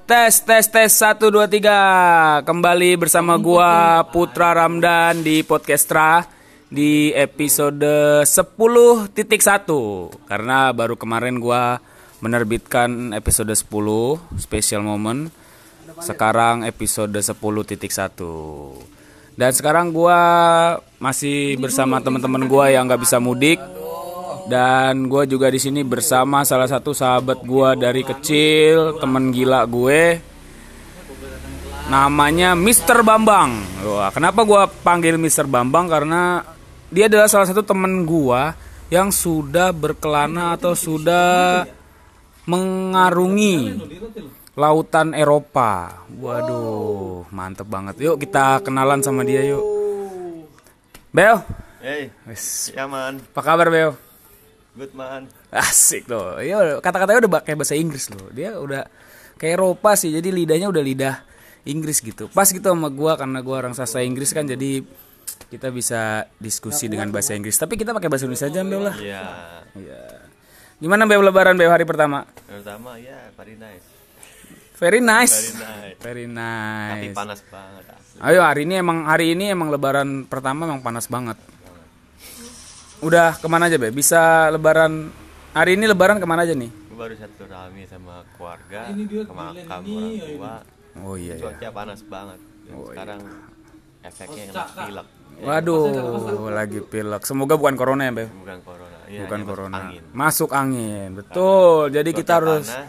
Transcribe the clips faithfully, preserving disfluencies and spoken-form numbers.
Tes tes tes satu dua tiga. Kembali bersama gua Putra Ramdan di Podcastra di episode sepuluh titik satu. Karena baru kemarin gua menerbitkan episode sepuluh special moment. Sekarang episode sepuluh titik satu. Dan sekarang gua masih bersama teman-teman gua yang enggak bisa mudik. Dan gue juga di sini bersama salah satu sahabat gue dari kecil, temen gila gue, namanya mister Bambang. Wah, kenapa gue panggil mister Bambang? Karena dia adalah salah satu temen gue yang sudah berkelana atau sudah mengarungi lautan Eropa. Waduh, mantep banget. Yuk kita kenalan sama dia yuk. Bel. Hey, ya man. Apa kabar Bel? Good man. Asik loh. Iya, kata-katanya udah pakai bahasa Inggris loh. Dia udah kayak Eropa sih. Jadi lidahnya udah lidah Inggris gitu. Pas gitu sama gua karena gua orang sastra Inggris kan, jadi kita bisa diskusi dengan bahasa Inggris. Tapi kita pakai bahasa Indonesia aja, Bel lah. Iya. Iya. Gimana Bel lebaran Bel hari pertama? Pertama ya very nice. Very nice. Very nice. Very nice. Tapi panas banget. Asli. Ayo hari ini emang hari ini emang lebaran pertama emang panas banget. Udah kemana aja Be? Bisa lebaran hari ini lebaran kemana aja nih? Gue baru satu rame sama keluarga, ke makam orang tua. Oh iya. Cuaca iya. panas banget. Dan Oh, sekarang iya. efeknya kena pilek. Waduh, lagi pilek. Semoga bukan corona ya Be? Bukan corona. Ya, Bukan masuk corona. Angin. Masuk angin. Betul. Panas. Jadi Cuaca kita harus panas,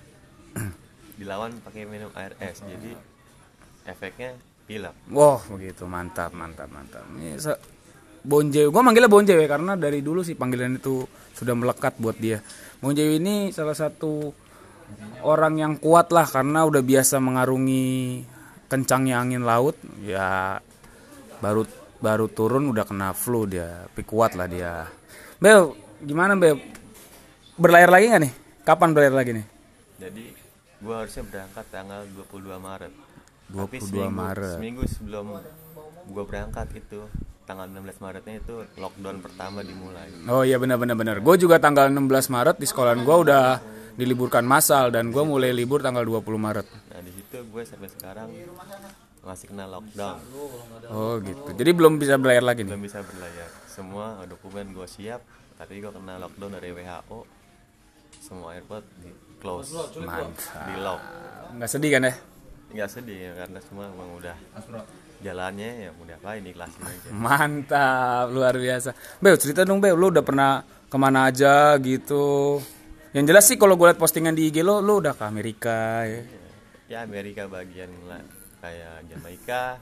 dilawan pakai minum air es. Jadi efeknya pilek. Wah, begitu. Mantap, mantap, mantap. Ini se- Bonjew, gue manggilnya Bonjew ya karena dari dulu sih panggilan itu sudah melekat buat dia. Bonjew ini salah satu orang yang kuat lah karena udah biasa mengarungi kencangnya angin laut. Ya baru baru turun udah kena flu dia, tapi kuat lah dia. Bel, gimana Bel? Berlayar lagi nggak nih? Kapan berlayar lagi nih? Jadi gue harusnya berangkat tanggal dua puluh dua Maret. dua puluh dua Tapi seminggu, Maret. seminggu sebelum gue berangkat itu tanggal enam belas Maretnya itu lockdown pertama dimulai. Oh iya benar benar benar. Gue juga tanggal enam belas Maret di sekolahan gue udah diliburkan massal dan gue mulai libur tanggal dua puluh Maret. Nah di situ gue sampai sekarang masih kena lockdown. Oh gitu. Jadi belum bisa berlayar lagi nih. Belum bisa berlayar. Semua dokumen gue siap, tapi gue kena lockdown dari W H O. Semua airport di close, Mantap. di lock. Nggak sedih kan ya? Nggak sedih ya, karena semua emang udah jalannya ya udah apa ini ikhlasin aja. Mantap, luar biasa. Bel, cerita dong Bel, lu udah pernah kemana aja gitu? Yang jelas sih kalau gue liat postingan di I G lo, lu udah ke Amerika ya. Ya Amerika bagian lah, kayak Jamaika,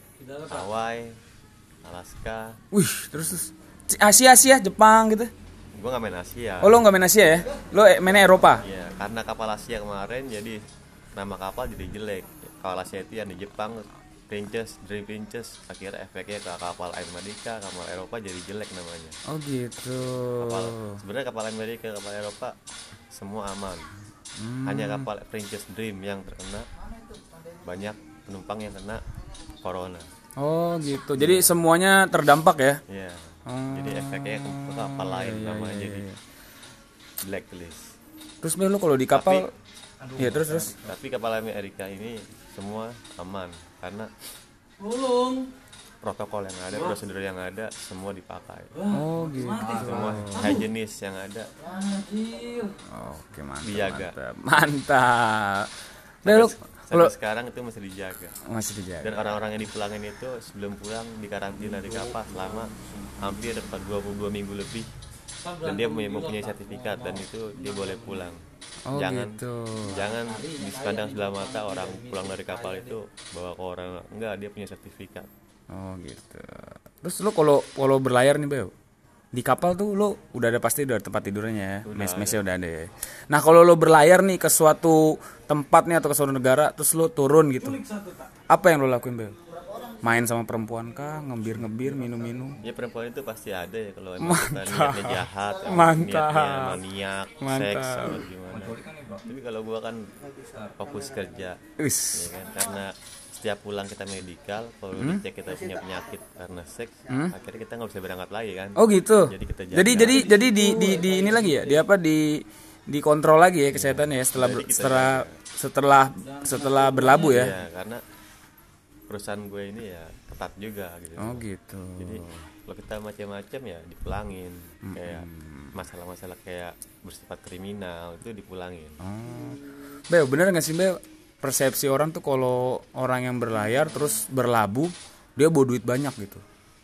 Hawaii, Alaska. Wih, terus terus Asia Asia, Jepang gitu. Gue nggak main Asia. Oh, lu nggak main Asia ya? Lu mainnya Eropa. Ya karena kapal Asia kemarin jadi nama kapal jadi jelek. Kapal Asia itu yang di Jepang, Princess, Dream Princess, akhirnya efeknya ke kapal Amerika, kapal Eropa jadi jelek namanya. Oh gitu. Kapal sebenarnya kapal Amerika, kapal Eropa semua aman. Hmm. Hanya kapal Princess Dream yang terkena, banyak penumpang yang kena corona. Oh gitu. Jadi semuanya terdampak ya? Iya. Oh, Jadi efeknya ke kapal lain iya, namanya iya, jadi iya. blacklist. Terus Bel, lu kalau di kapal, ya terus terus. Tapi kapal Amerika ini semua aman karena protokol yang ada, prosedur yang ada semua dipakai. Oh gitu. Semua higienis yang ada Oke mantap. dijaga. Mantap. Mantap. Bel, lu Sampai kalau sekarang itu masih dijaga. masih dijaga. Dan orang-orang yang dipulangin itu sebelum pulang dikarantina di kapal selama hampir dua puluh dua minggu lebih. Dan dia mempunyai sertifikat dan itu dia boleh pulang. Oh jangan gitu. jangan dipandang sebelah mata orang pulang dari kapal itu bawa ke orang, enggak, dia punya sertifikat. Oh gitu. Terus lu kalau kalau berlayar nih Bel, di kapal tuh lu udah ada pasti udah tempat tidurnya ya, mes-mesnya udah ada ya. Nah kalau lu berlayar nih ke suatu tempat nih atau ke suatu negara, terus lu turun gitu, apa yang lu lakuin Bel? Main sama perempuan kah, ngebir-ngebir, minum-minum? Ya perempuan itu pasti ada ya kalau emang kita niatnya jahat, Mantap. niatnya maniak, Mantap. seks atau gimana. Tapi kalau gua kan fokus kerja, Wis. ya kan, karena setiap pulang kita medikal, kalau Hmm? dicek kita punya penyakit karena seks, Hmm? akhirnya kita nggak bisa berangkat lagi kan. Oh gitu. Jadi kita jaga. Jadi jadi jadi di di di ini lagi ya, di apa di dikontrol lagi ya kesehatannya ya setelah ber- setelah setelah setelah berlabuh ya. Iya, karena perusahaan gue ini ya ketat juga gitu. Oh gitu. Jadi kalau kita macam-macam ya dipulangin. Hmm. Kayak masalah-masalah kayak bersifat kriminal itu dipulangin. Oh. Bel, bener nggak sih Bel? Persepsi orang tuh kalau orang yang berlayar terus berlabuh dia bawa duit banyak gitu.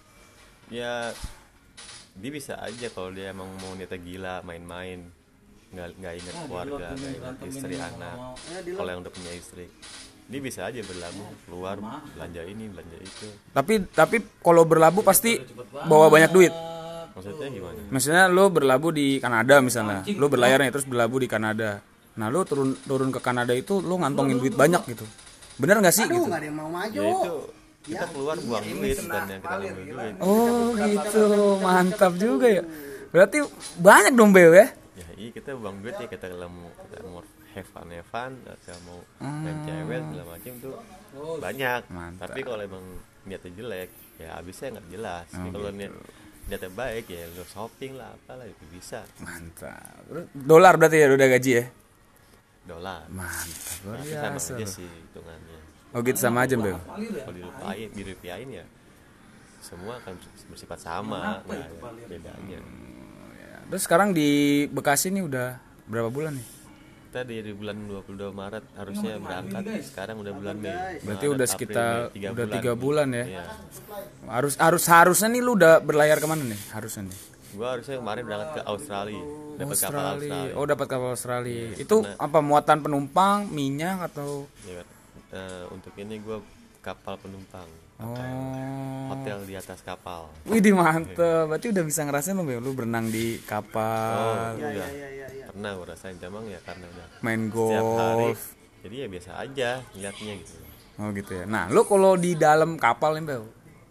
Ya dia bisa aja kalau dia emang mau niatnya gila main-main, nggak nggak ingat keluarga, nggak ingat istri anak. Kalau yang udah punya istri, dia bisa aja berlabuh keluar belanja ini belanja itu. Tapi tapi kalau berlabuh pasti bawa banyak duit. Maksudnya gimana? Maksudnya lo berlabuh di Kanada misalnya, lo berlayar nih terus berlabuh di Kanada. Nah lo turun turun ke Kanada itu lo ngantongin duit banyak gitu. Bener nggak sih? Aduh, gitu? nggak ada yang mau maju. Ya itu kita keluar buang duit bukan yang kita ngambil duit. Oh gitu, mantap juga ya. Berarti banyak dong Bel ya? Ya iya kita buang duit ya kita kalau mau kita mau have fun have fun, kita mau main cewek segala macam tuh banyak. Mantap. Tapi kalau emang niatnya jelek ya habisnya nggak jelas. Oh, kalau gitu. niat niatnya baik ya lo shopping lah apalah itu bisa. Mantap. Dolar berarti ya udah gaji ya? Dolar. Mantap, luar Tapi sama biasa. aja sih hitungannya. Oh gitu sama aja Bel. Kalau dirupiahin, dirupiahin ya semua akan bersifat sama, nggak ada bedanya. Terus sekarang di Bekasi nih udah berapa bulan nih? Kita di bulan dua puluh dua Maret harusnya berangkat, sekarang udah bulan Mei. Berarti Maret, udah April, sekitar Mei, tiga udah bulan. tiga bulan ya. Iya. Harus harus harusnya nih lu udah berlayar kemana nih? Harusnya nih. Gua harusnya kemarin berangkat ke Australia, dapat kapal Australia. Oh dapat kapal Australia. Itu apa muatan penumpang, minyak atau? Ya, eh, untuk ini gua kapal penumpang. Oh. Hotel di atas kapal. Wih di mantep. Berarti udah bisa ngerasain lu Bel, lu berenang di kapal, Oh, Ya, udah. ya, ya, ya, ya. Pernah gua rasain camang ya karena udah main setiap hari. golf. Jadi ya biasa aja liatnya gitu. Oh gitu ya. Nah, lu kalau di dalam kapal nih Bel,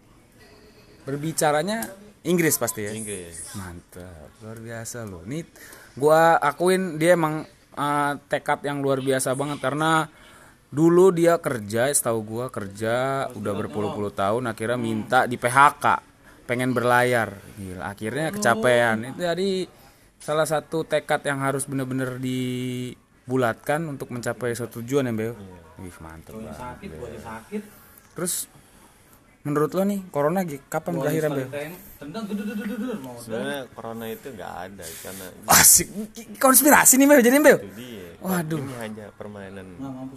berbicaranya Inggris pasti ya? Inggris. Mantap, luar biasa loh. Nih, gua akuin dia emang uh, tekad yang luar biasa banget karena dulu dia kerja, setahu gua kerja udah berpuluh-puluh tahun, akhirnya minta di P H K, pengen berlayar. Gila, akhirnya kecapean. Itu jadi salah satu tekad yang harus bener-bener dibulatkan untuk mencapai suatu tujuan ya, Bel. Wih, mantap banget. Bel. Terus menurut lo nih, corona gi- kapan berakhir, Bel? Sebenarnya corona itu nggak ada karena Asik, konspirasi nih Bel, jadi Bel. itu dia. Waduh. Ini hanya permainan.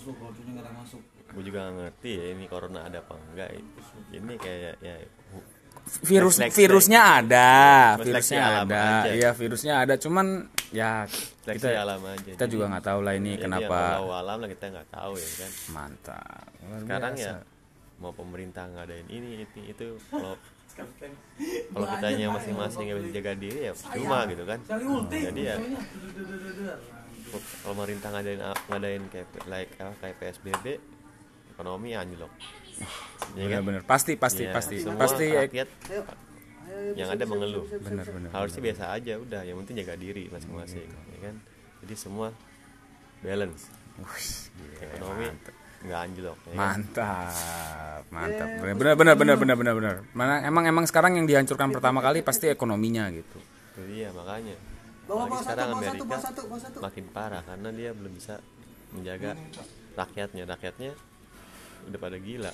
Gue juga nggak ngerti ya ini corona ada apa enggak. Ini kayak ya Virus Seleksi- virusnya ada, seleksi virusnya alam ada. aja. Iya, virusnya ada, cuman ya seleksi kita alam aja. kita juga nggak tahu lah ini Jadi kenapa. yang tahu alam lah kita nggak tahu ya kan. Mantap. Luar Sekarang biasa. ya mau pemerintah ngadain ini itu itu kalau kalau kitanya masing-masing nggak bisa jaga diri ya cuma gitu kan. Jadi ya kalau pemerintah ngadain ngadain kayak like apa, kayak P S B B ekonomi anjlok. Ya kan? Benar-benar pasti pasti Ya, pasti semua pasti rakyat yang ada mengeluh. benar-benar. Harusnya biasa aja udah, yang penting jaga diri masing-masing, ya kan? Jadi semua balance. Ekonomi nggak anjlok. Ya kan? Mantap, mantap. Benar benar benar benar benar benar. Mana emang emang sekarang yang dihancurkan pertama kali pasti ekonominya gitu. Itu dia makanya. Bawa, Apalagi bawa sekarang satu, bawa satu, Amerika bawa satu, bawa satu. makin parah karena dia belum bisa menjaga rakyatnya. Rakyatnya udah pada gila.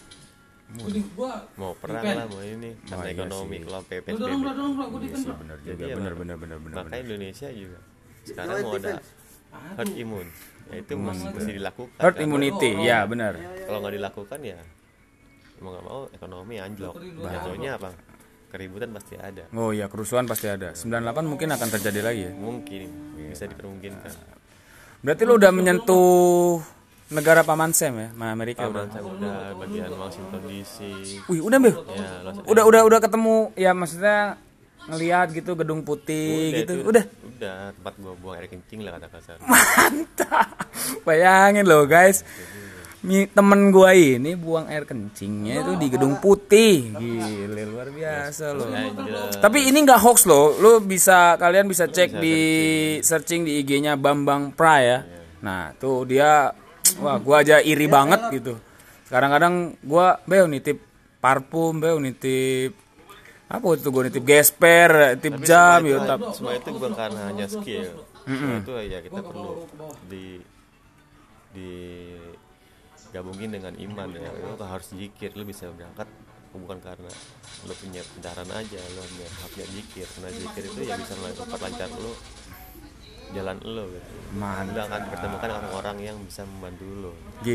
Mau perang lah, mau ini karena Wah, iya ekonomi sih. kalau P P S B B. Iya sih benar Jadi juga ya benar mak- benar benar benar. Makanya benar. Indonesia juga sekarang mau ada herd immune, ya itu mesti, mesti dilakukan. Herd karena immunity, ya benar. Kalau nggak dilakukan ya mau nggak mau ekonomi anjlok. Jatuhnya apa? Keributan pasti ada. Oh iya, kerusuhan pasti ada. sembilan puluh delapan mungkin akan terjadi lagi ya. Mungkin bisa dipermungkinkan. Berarti lu udah menyentuh negara Paman Sam ya, sama Amerika Paman udah. saya udah bagian Washington D C. Wih, udah Bel. Ya, Los Udah udah udah ketemu ya maksudnya ngelihat gitu gedung putih gitu. itu- Udah. Udah tempat gua buang air kencing lah kata kasar. Mantap. Bayangin loh guys. Mi, temen gua ini buang air kencingnya itu di gedung putih. Gile luar biasa loh. Aja. Tapi ini nggak hoax loh. Lu bisa kalian bisa cek di searching di I G-nya Bambang Pra ya. Nah, tuh dia wah gua aja iri banget gitu. Kadang-kadang gua beo nitip parfum, beo nitip apa itu gua nitip gesper, nitip Tapi jam semua ya itu, tapi semua itu bukan karena hanya skill. Setelah itu ya kita perlu di di gabungin dengan iman ya. Lu harus zikir, lu bisa berangkat bukan karena lu punya kendaraan aja, lu punya haknya zikir. Karena zikir itu ya bisa memperlancar lu jalan lu gitu. Lu akan pertemukan orang-orang yang bisa membantu lu.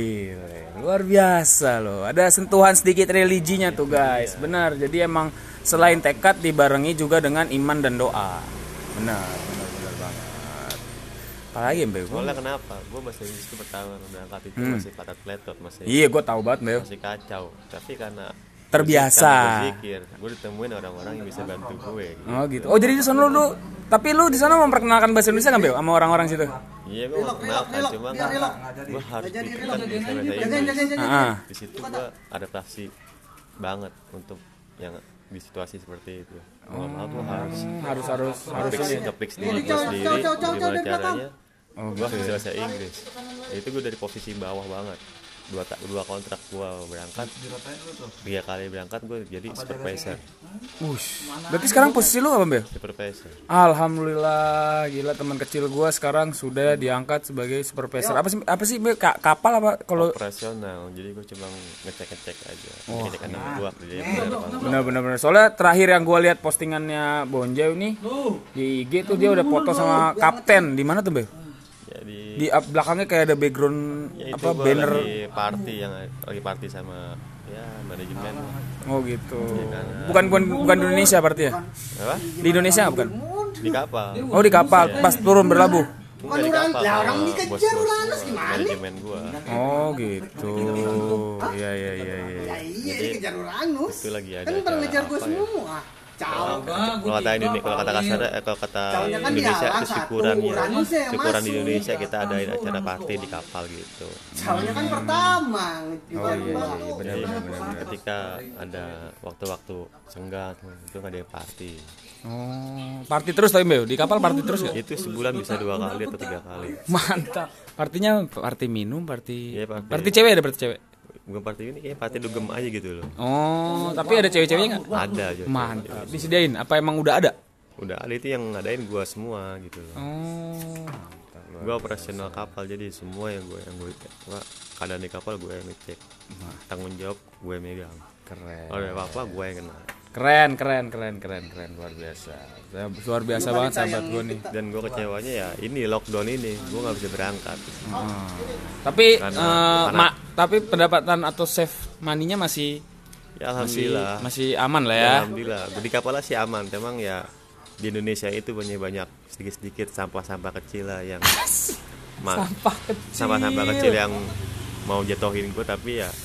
Gile, luar biasa loh. Ada sentuhan sedikit religinya tuh guys. Benar. Jadi emang selain tekad dibarengi juga dengan iman dan doa. Benar, benar, benar banget. Apalagi Mbak? Soalnya kenapa? Gue bahasa Inggris itu pertama berangkat itu hmm. masih padat pletot, masih. Iya, gue tahu banget Mbak. Masih kacau. Tapi karena terbiasa. Berpikir, gue ditemuin orang-orang yang bisa bantu gue. Gitu. Oh gitu. Oh jadi di sana lu, tapi lu di sana memperkenalkan bahasa Indonesia nggak Bel sama orang-orang situ? Iya gue memperkenalkan, cuma kan gue harus buktikan bisa bahasa Inggris. Ah. Di situ gue adaptasi banget untuk yang di situasi seperti itu. Mau mau gue harus harus harus harus ini ngepik sendiri gue sendiri gimana caranya. Oh, gue bisa bahasa Inggris. Itu gue dari posisi bawah banget. dua dua kontrak gua berangkat tiga kali berangkat gua jadi supervisor. Wush. Berarti sekarang posisi lu apa Bel? Supervisor. Alhamdulillah, gila teman kecil gua sekarang sudah diangkat sebagai supervisor. Apa sih apa sih Bel? Ka- kapal apa kalau operasional. Jadi gua cuma ngecek-ngecek aja. Oh. Ngecek anak gua dia benar benar. Soalnya terakhir yang gua lihat postingannya Bonjau nih di I G tuh dia udah foto sama kapten. Di mana tuh Bel? Jadi di belakangnya kayak ada background ya apa banner lagi party yang lagi party sama ya manajemen. Oh gitu. Ya, bukan bukan bukan di Indonesia berarti ya? Apa? Di Indonesia bukan? Di kapal. Oh di kapal ya. Pas turun berlabuh. Bukan di kapal. Lah orang dikejar Uranus gimana? Manajemen gua. Oh gitu. Iya iya iya iya. Iya dikejar Uranus. Itu lagi ada. Kan pernah ngejar gua semua. Kalau kata Indonesia, kalau kata kasar, eh, kalau kata Indonesia itu syukurannya, syukuran di Indonesia kita ada acara party di kapal gitu. Soalnya kan pertama. Oh iya iya benar-benar. Ketika ada waktu-waktu senggang itu ada yang party. Oh, party terus tapi Mbak, di kapal party terus ya? Itu sebulan bisa dua kali atau tiga kali. Mantap. Partinya party minum, party. Iya, party. Party cewek ada berarti cewek. Bukan party ini kayak party dugem aja gitu loh. Oh, tapi ada cewek-ceweknya nggak? Ada aja. Mantap. Disediain? Apa emang udah ada? Udah ada, itu yang ngadain gua semua gitu loh. Oh. Gua operasional kapal jadi semua yang gue yang gue gua keadaan di kapal gue yang ngecek. Tanggung jawab gue yang megang. Keren. Kalau ada apa-apa gue yang kena. Keren, keren, keren, keren, keren, luar biasa. Luar biasa banget sahabat gue nih. Dan gue kecewanya ya ini lockdown ini, gue nggak bisa berangkat. Hmm. Tapi, uh, ma- tapi pendapatan atau save money-nya masih, ya alhamdulillah, masih, masih aman lah ya. ya. Alhamdulillah, di kapal sih aman. Memang ya di Indonesia itu banyak banyak sedikit-sedikit sampah-sampah kecil lah yang ma- sampah kecil, sampah-sampah kecil yang mau jatuhin gue tapi ya.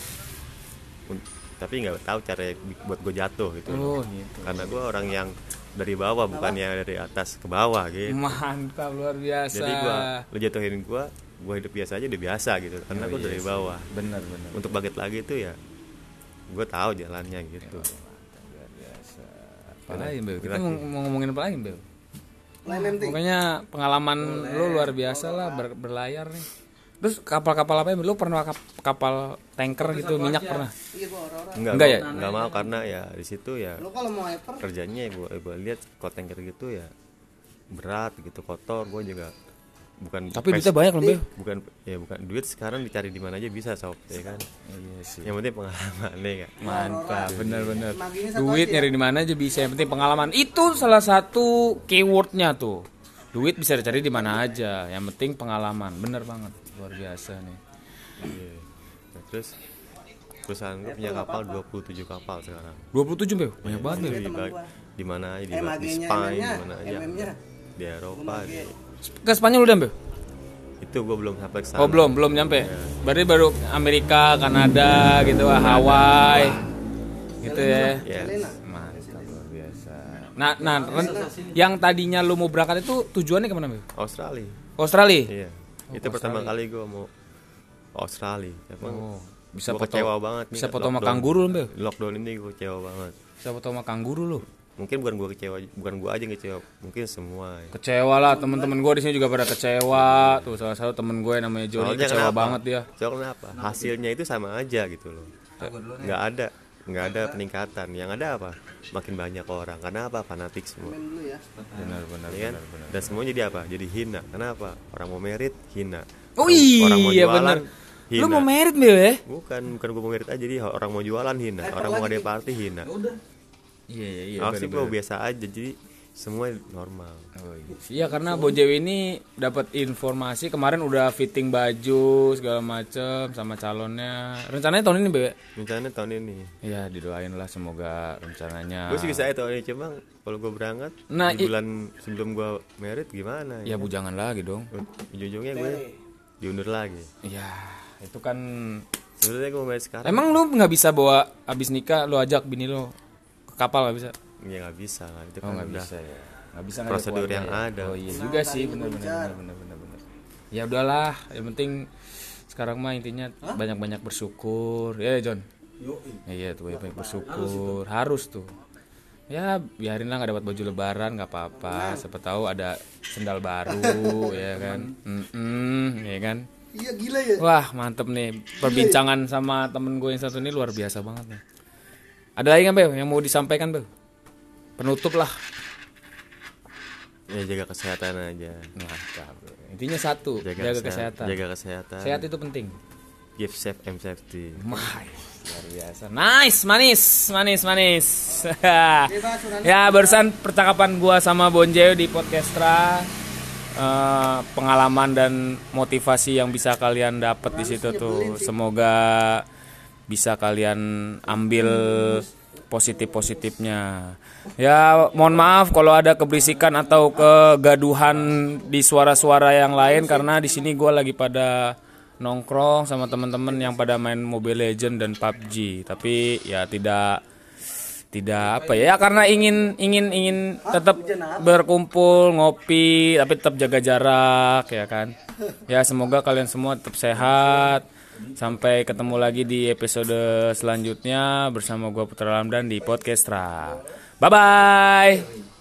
Tapi nggak tahu cara buat gue jatuh gitu. Oh, gitu. Karena gue orang yang dari bawah bukan yang dari atas ke bawah gitu. Mantap, luar biasa. Jadi gue lo jatuhin gue, gue hidup biasa aja udah biasa gitu. Karena oh, gue iya dari bawah. Benar benar. Untuk bangkit lagi itu ya, gue tahu jalannya gitu. Ya, mantap, luar biasa. Apalagi Bel? Kita mau, mau ngomongin apa lagi Bel? Pokoknya pengalaman lo luar biasa lah ber, berlayar nih. Terus kapal-kapal apa ya? Lu pernah kap- kapal tanker gitu minyak pernah? Enggak, enggak ya? Enggak mau karena ya di situ ya kerjanya gue gue lihat kalau tanker gitu ya berat gitu, kotor. Gue juga bukan. Tapi duitnya banyak loh Bel. Bukan ya bukan duit sekarang dicari di mana aja bisa sob ya kan. Iya sih. Yang penting pengalaman nih kan. Mantap, benar-benar. Duit nyari di mana aja bisa, yang penting pengalaman. Itu salah satu keywordnya tuh. Duit bisa dicari di mana aja, yang penting pengalaman. Bener banget. Luar biasa nih. Iya. Nah, terus perusahaan gue punya kapal dua puluh tujuh kapal sekarang. dua puluh tujuh Bel. Banyak banget Bel. Di, di mana aja di, di Spanyol, di mana aja. Di Eropa, di ke Spanyol udah Bel? Itu gue belum sampai ke sana. Oh, belum, belum nyampe. Ya. Berarti baru Amerika, Kanada gitu, Hawaii. Gitu ya. Yes. Mantap, luar biasa. Nah, nah, yang tadinya lu mau berangkat itu tujuannya kemana Bel? Australia. Australia? Iya. Oh, itu pertama kali gue mau Australia. Emang oh, bisa foto, kecewa banget nih. Bisa foto sama kanguru Bel. Lockdown ini gue kecewa banget. Bisa foto sama kanguru lu. Mungkin bukan gue kecewa, bukan gue aja yang kecewa, mungkin semua. Ya. Kecewa lah, teman-teman gue di sini juga pada kecewa. Tuh salah satu temen gue namanya Jody kecewa kenapa? banget dia. Soalnya kenapa? Hasilnya itu sama aja gitu loh. Nggak ada nggak ada peningkatan. Yang ada apa? Makin banyak orang. Karena apa? Fanatik semua. Dulu ya. Benar benar Ya kan? benar benar. Dan semua jadi apa? Jadi hina. Kenapa? Orang mau merit hina. Oh Orang- orang mau iya jualan, benar. hina. Lu mau merit Bel ya? Bukan, bukan gue mau merit aja. Jadi orang mau jualan hina. Orang mau ngadain party hina. Iya iya iya. Harus sih gue biasa aja. Jadi semua normal. Oh, iya. Iya karena Bojew ini dapat informasi kemarin udah fitting baju segala macem sama calonnya. Rencananya tahun ini Be. Misalnya tahun ini. Iya didoain lah semoga rencananya. Gue sih bisa itu tahun ini. Cuma kalau gue berangkat Nah, di i- bulan sebelum gue merit gimana? Ya bujangan lagi dong. Ujung-ujungnya gue diundur lagi. Iya itu kan. Sebenarnya gue mau merit sekarang. Emang lu nggak bisa bawa abis nikah lu ajak bini lu ke kapal nggak bisa? Ya nggak bisa kan. Itu Oh kan nggak udah bisa ya. Nggak bisa ngajak prosedur keluarga yang ya? ada. Oh iya juga sih benar benar benar benar benar. Ya udahlah yang penting sekarang mah intinya banyak-banyak bersyukur ya John. Iya tuh banyak-banyak bersyukur harus tuh. Ya biarin lah nggak dapat baju lebaran nggak apa-apa. Siapa tahu ada sendal baru ya kan. Mm-mm, ya kan. Iya gila ya. Wah mantep nih perbincangan sama temen gue yang satu ini luar biasa banget nih. Ada lagi nggak Bel yang mau disampaikan Bel? Penutup lah. Ya jaga kesehatan aja. Mantap. Intinya satu jaga, sehat- kesehatan. Jaga kesehatan. Sehat itu penting. Give safe and safety. Wah, luar biasa. Nice, manis, manis, manis. Ya, barusan percakapan gua sama Bonjeo di Podcastra. Eh, pengalaman dan motivasi yang bisa kalian dapat di situ tuh. Semoga bisa kalian ambil positif-positifnya. Ya, mohon maaf kalau ada keberisikan atau kegaduhan di suara-suara yang lain karena di sini gua lagi pada nongkrong sama teman-teman yang pada main Mobile Legend dan P U B G. Tapi ya tidak tidak apa ya karena ingin ingin ingin tetap berkumpul ngopi tapi tetap jaga jarak ya kan. Ya semoga kalian semua tetap sehat. Sampai ketemu lagi di episode selanjutnya bersama gua Putra Ramdan di Podcastra. Bye bye.